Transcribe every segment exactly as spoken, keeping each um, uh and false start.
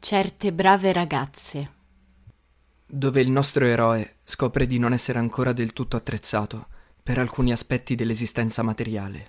Certe brave ragazze. Dove il nostro eroe scopre di non essere ancora del tutto attrezzato per alcuni aspetti dell'esistenza materiale.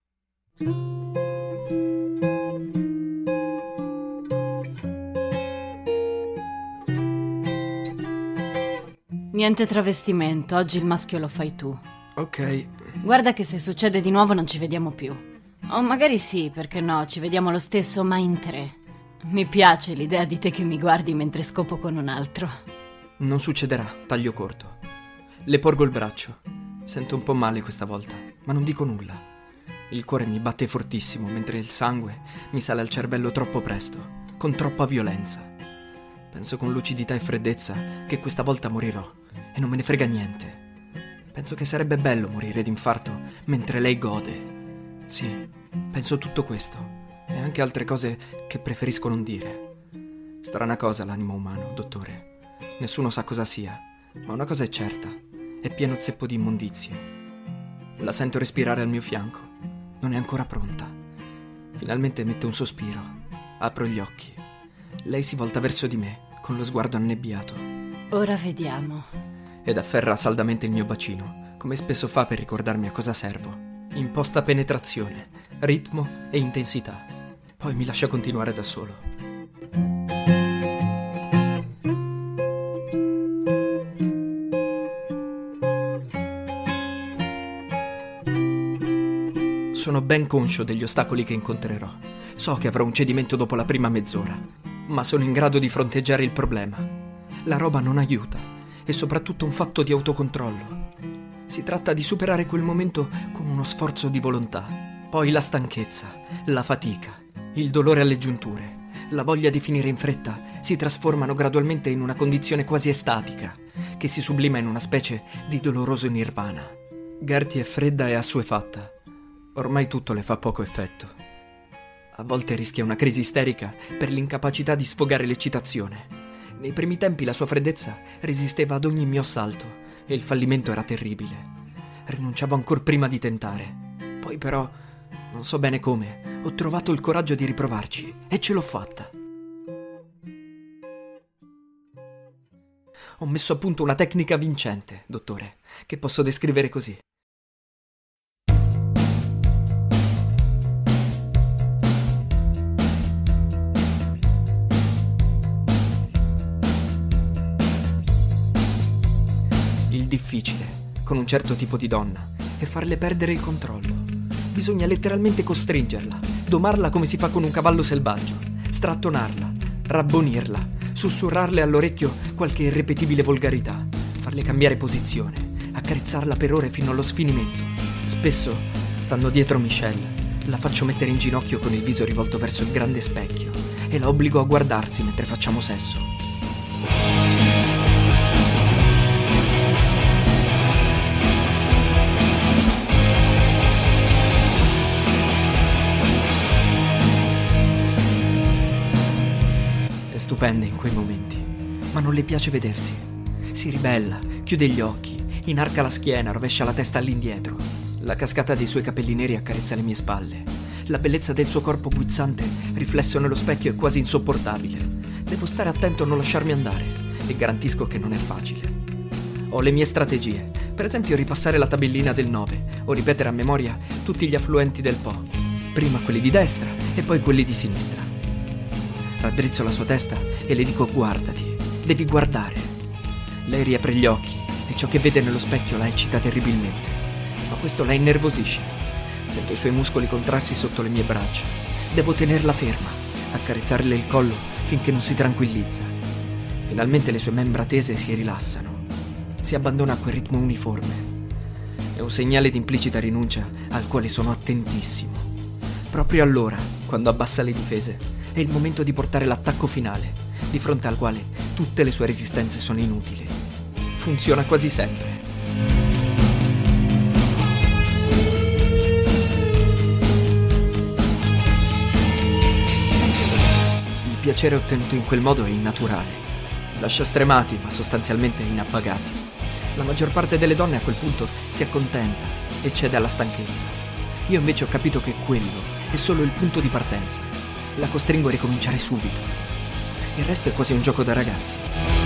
Niente travestimento, oggi il maschio lo fai tu. Ok. Guarda che se succede di nuovo non ci vediamo più. O magari sì, perché no, ci vediamo lo stesso, ma in tre. Mi piace l'idea di te che mi guardi mentre scopo con un altro. Non succederà, taglio corto. Le porgo il braccio. Sento un po' male questa volta, ma non dico nulla. Il cuore mi batte fortissimo, mentre il sangue mi sale al cervello troppo presto, con troppa violenza. Penso con lucidità e freddezza che questa volta morirò, e non me ne frega niente. Penso che sarebbe bello morire d'infarto mentre lei gode. Sì, penso tutto questo. E anche altre cose che preferisco non dire. Strana cosa l'animo umano, dottore. Nessuno sa cosa sia, ma una cosa è certa. È pieno zeppo di immondizie. La sento respirare al mio fianco. Non è ancora pronta. Finalmente mette un sospiro. Apro gli occhi. Lei si volta verso di me, con lo sguardo annebbiato. Ora vediamo. Ed afferra saldamente il mio bacino, come spesso fa per ricordarmi a cosa servo. Imposta penetrazione, ritmo e intensità. Poi mi lascia continuare da solo. Sono ben conscio degli ostacoli che incontrerò. So che avrò un cedimento dopo la prima mezz'ora, ma sono in grado di fronteggiare il problema. La roba non aiuta, è soprattutto un fatto di autocontrollo. Si tratta di superare quel momento con uno sforzo di volontà. Poi la stanchezza, la fatica, il dolore alle giunture, la voglia di finire in fretta si trasformano gradualmente in una condizione quasi estatica, che si sublima in una specie di doloroso nirvana. Gertie è fredda e assuefatta. Ormai tutto le fa poco effetto. A volte rischia una crisi isterica per l'incapacità di sfogare l'eccitazione. Nei primi tempi la sua freddezza resisteva ad ogni mio assalto e il fallimento era terribile. Rinunciavo ancor prima di tentare. Poi però, non so bene come, ho trovato il coraggio di riprovarci e ce l'ho fatta. Ho messo a punto una tecnica vincente, dottore, che posso descrivere così. Il difficile, con un certo tipo di donna, è farle perdere il controllo. Bisogna letteralmente costringerla, domarla come si fa con un cavallo selvaggio, strattonarla, rabbonirla, sussurrarle all'orecchio qualche irripetibile volgarità, farle cambiare posizione, accarezzarla per ore fino allo sfinimento. Spesso, stando dietro Michelle, la faccio mettere in ginocchio con il viso rivolto verso il grande specchio e la obbligo a guardarsi mentre facciamo sesso. Stupenda in quei momenti, ma non le piace vedersi. Si ribella, chiude gli occhi, inarca la schiena, rovescia la testa all'indietro. La cascata dei suoi capelli neri accarezza le mie spalle. La bellezza del suo corpo guizzante, riflesso nello specchio, è quasi insopportabile. Devo stare attento a non lasciarmi andare e garantisco che non è facile. Ho le mie strategie, per esempio ripassare la tabellina del nove o ripetere a memoria tutti gli affluenti del Po, prima quelli di destra e poi quelli di sinistra. Raddrizzo la sua testa e le dico: guardati, devi guardare. Lei riapre gli occhi e ciò che vede nello specchio la eccita terribilmente, ma questo la innervosisce. Sento i suoi muscoli contrarsi sotto le mie braccia. Devo tenerla ferma, accarezzarle il collo finché non si tranquillizza. Finalmente le sue membra tese si rilassano. Si abbandona a quel ritmo uniforme. È un segnale di implicita rinuncia al quale sono attentissimo. Proprio allora, quando abbassa le difese, è il momento di portare l'attacco finale, di fronte al quale tutte le sue resistenze sono inutili. Funziona quasi sempre. Il piacere ottenuto in quel modo è innaturale. Lascia stremati, ma sostanzialmente inappagati. La maggior parte delle donne a quel punto si accontenta e cede alla stanchezza. Io invece ho capito che quello è solo il punto di partenza. La costringo a ricominciare subito. Il resto è quasi un gioco da ragazzi.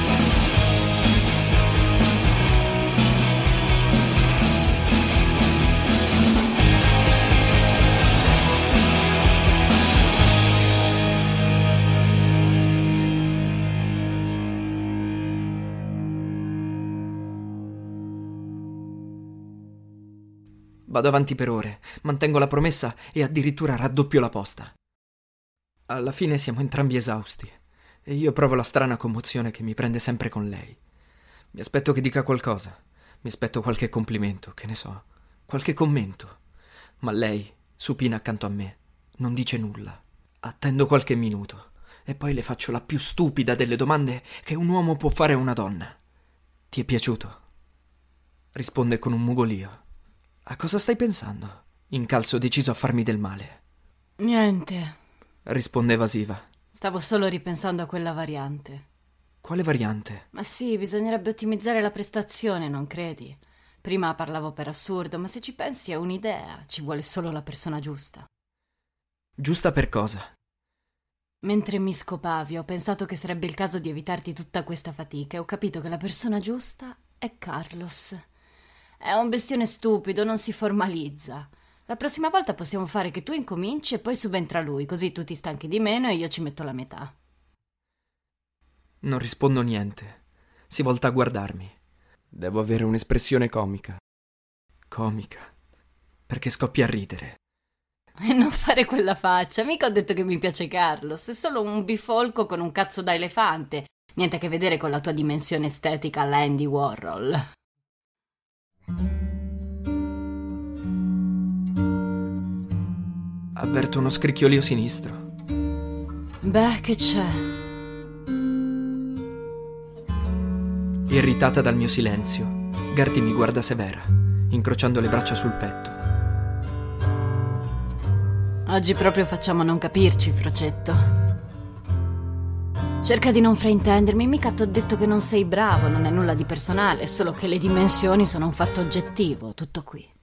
Vado avanti per ore, mantengo la promessa e addirittura raddoppio la posta. Alla fine siamo entrambi esausti e io provo la strana commozione che mi prende sempre con lei. Mi aspetto che dica qualcosa, mi aspetto qualche complimento, che ne so, qualche commento. Ma lei, supina accanto a me, non dice nulla. Attendo qualche minuto e poi le faccio la più stupida delle domande che un uomo può fare a una donna. Ti è piaciuto? Risponde con un mugolio. A cosa stai pensando? Incalzo deciso a farmi del male. Niente. Risponde evasiva. Stavo solo ripensando a quella variante. Quale variante? Ma sì, bisognerebbe ottimizzare la prestazione, non credi? Prima parlavo per assurdo, ma se ci pensi è un'idea, ci vuole solo la persona giusta. Giusta per cosa? Mentre mi scopavi ho pensato che sarebbe il caso di evitarti tutta questa fatica e ho capito che la persona giusta è Carlos. È un bestione stupido, non si formalizza. La prossima volta possiamo fare che tu incominci e poi subentra lui, così tu ti stanchi di meno e io ci metto la metà. Non rispondo niente. Si volta a guardarmi. Devo avere un'espressione comica. Comica? Perché scoppia a ridere. E non fare quella faccia, mica ho detto che mi piace Carlos, è solo un bifolco con un cazzo da elefante. Niente a che vedere con la tua dimensione estetica alla Andy Warhol. Avverto uno scricchiolio sinistro. Beh, che c'è? Irritata dal mio silenzio, Gertie mi guarda severa, incrociando le braccia sul petto. Oggi proprio facciamo non capirci, Frocetto. Cerca di non fraintendermi, mica t'ho detto che non sei bravo, non è nulla di personale, è solo che le dimensioni sono un fatto oggettivo, tutto qui.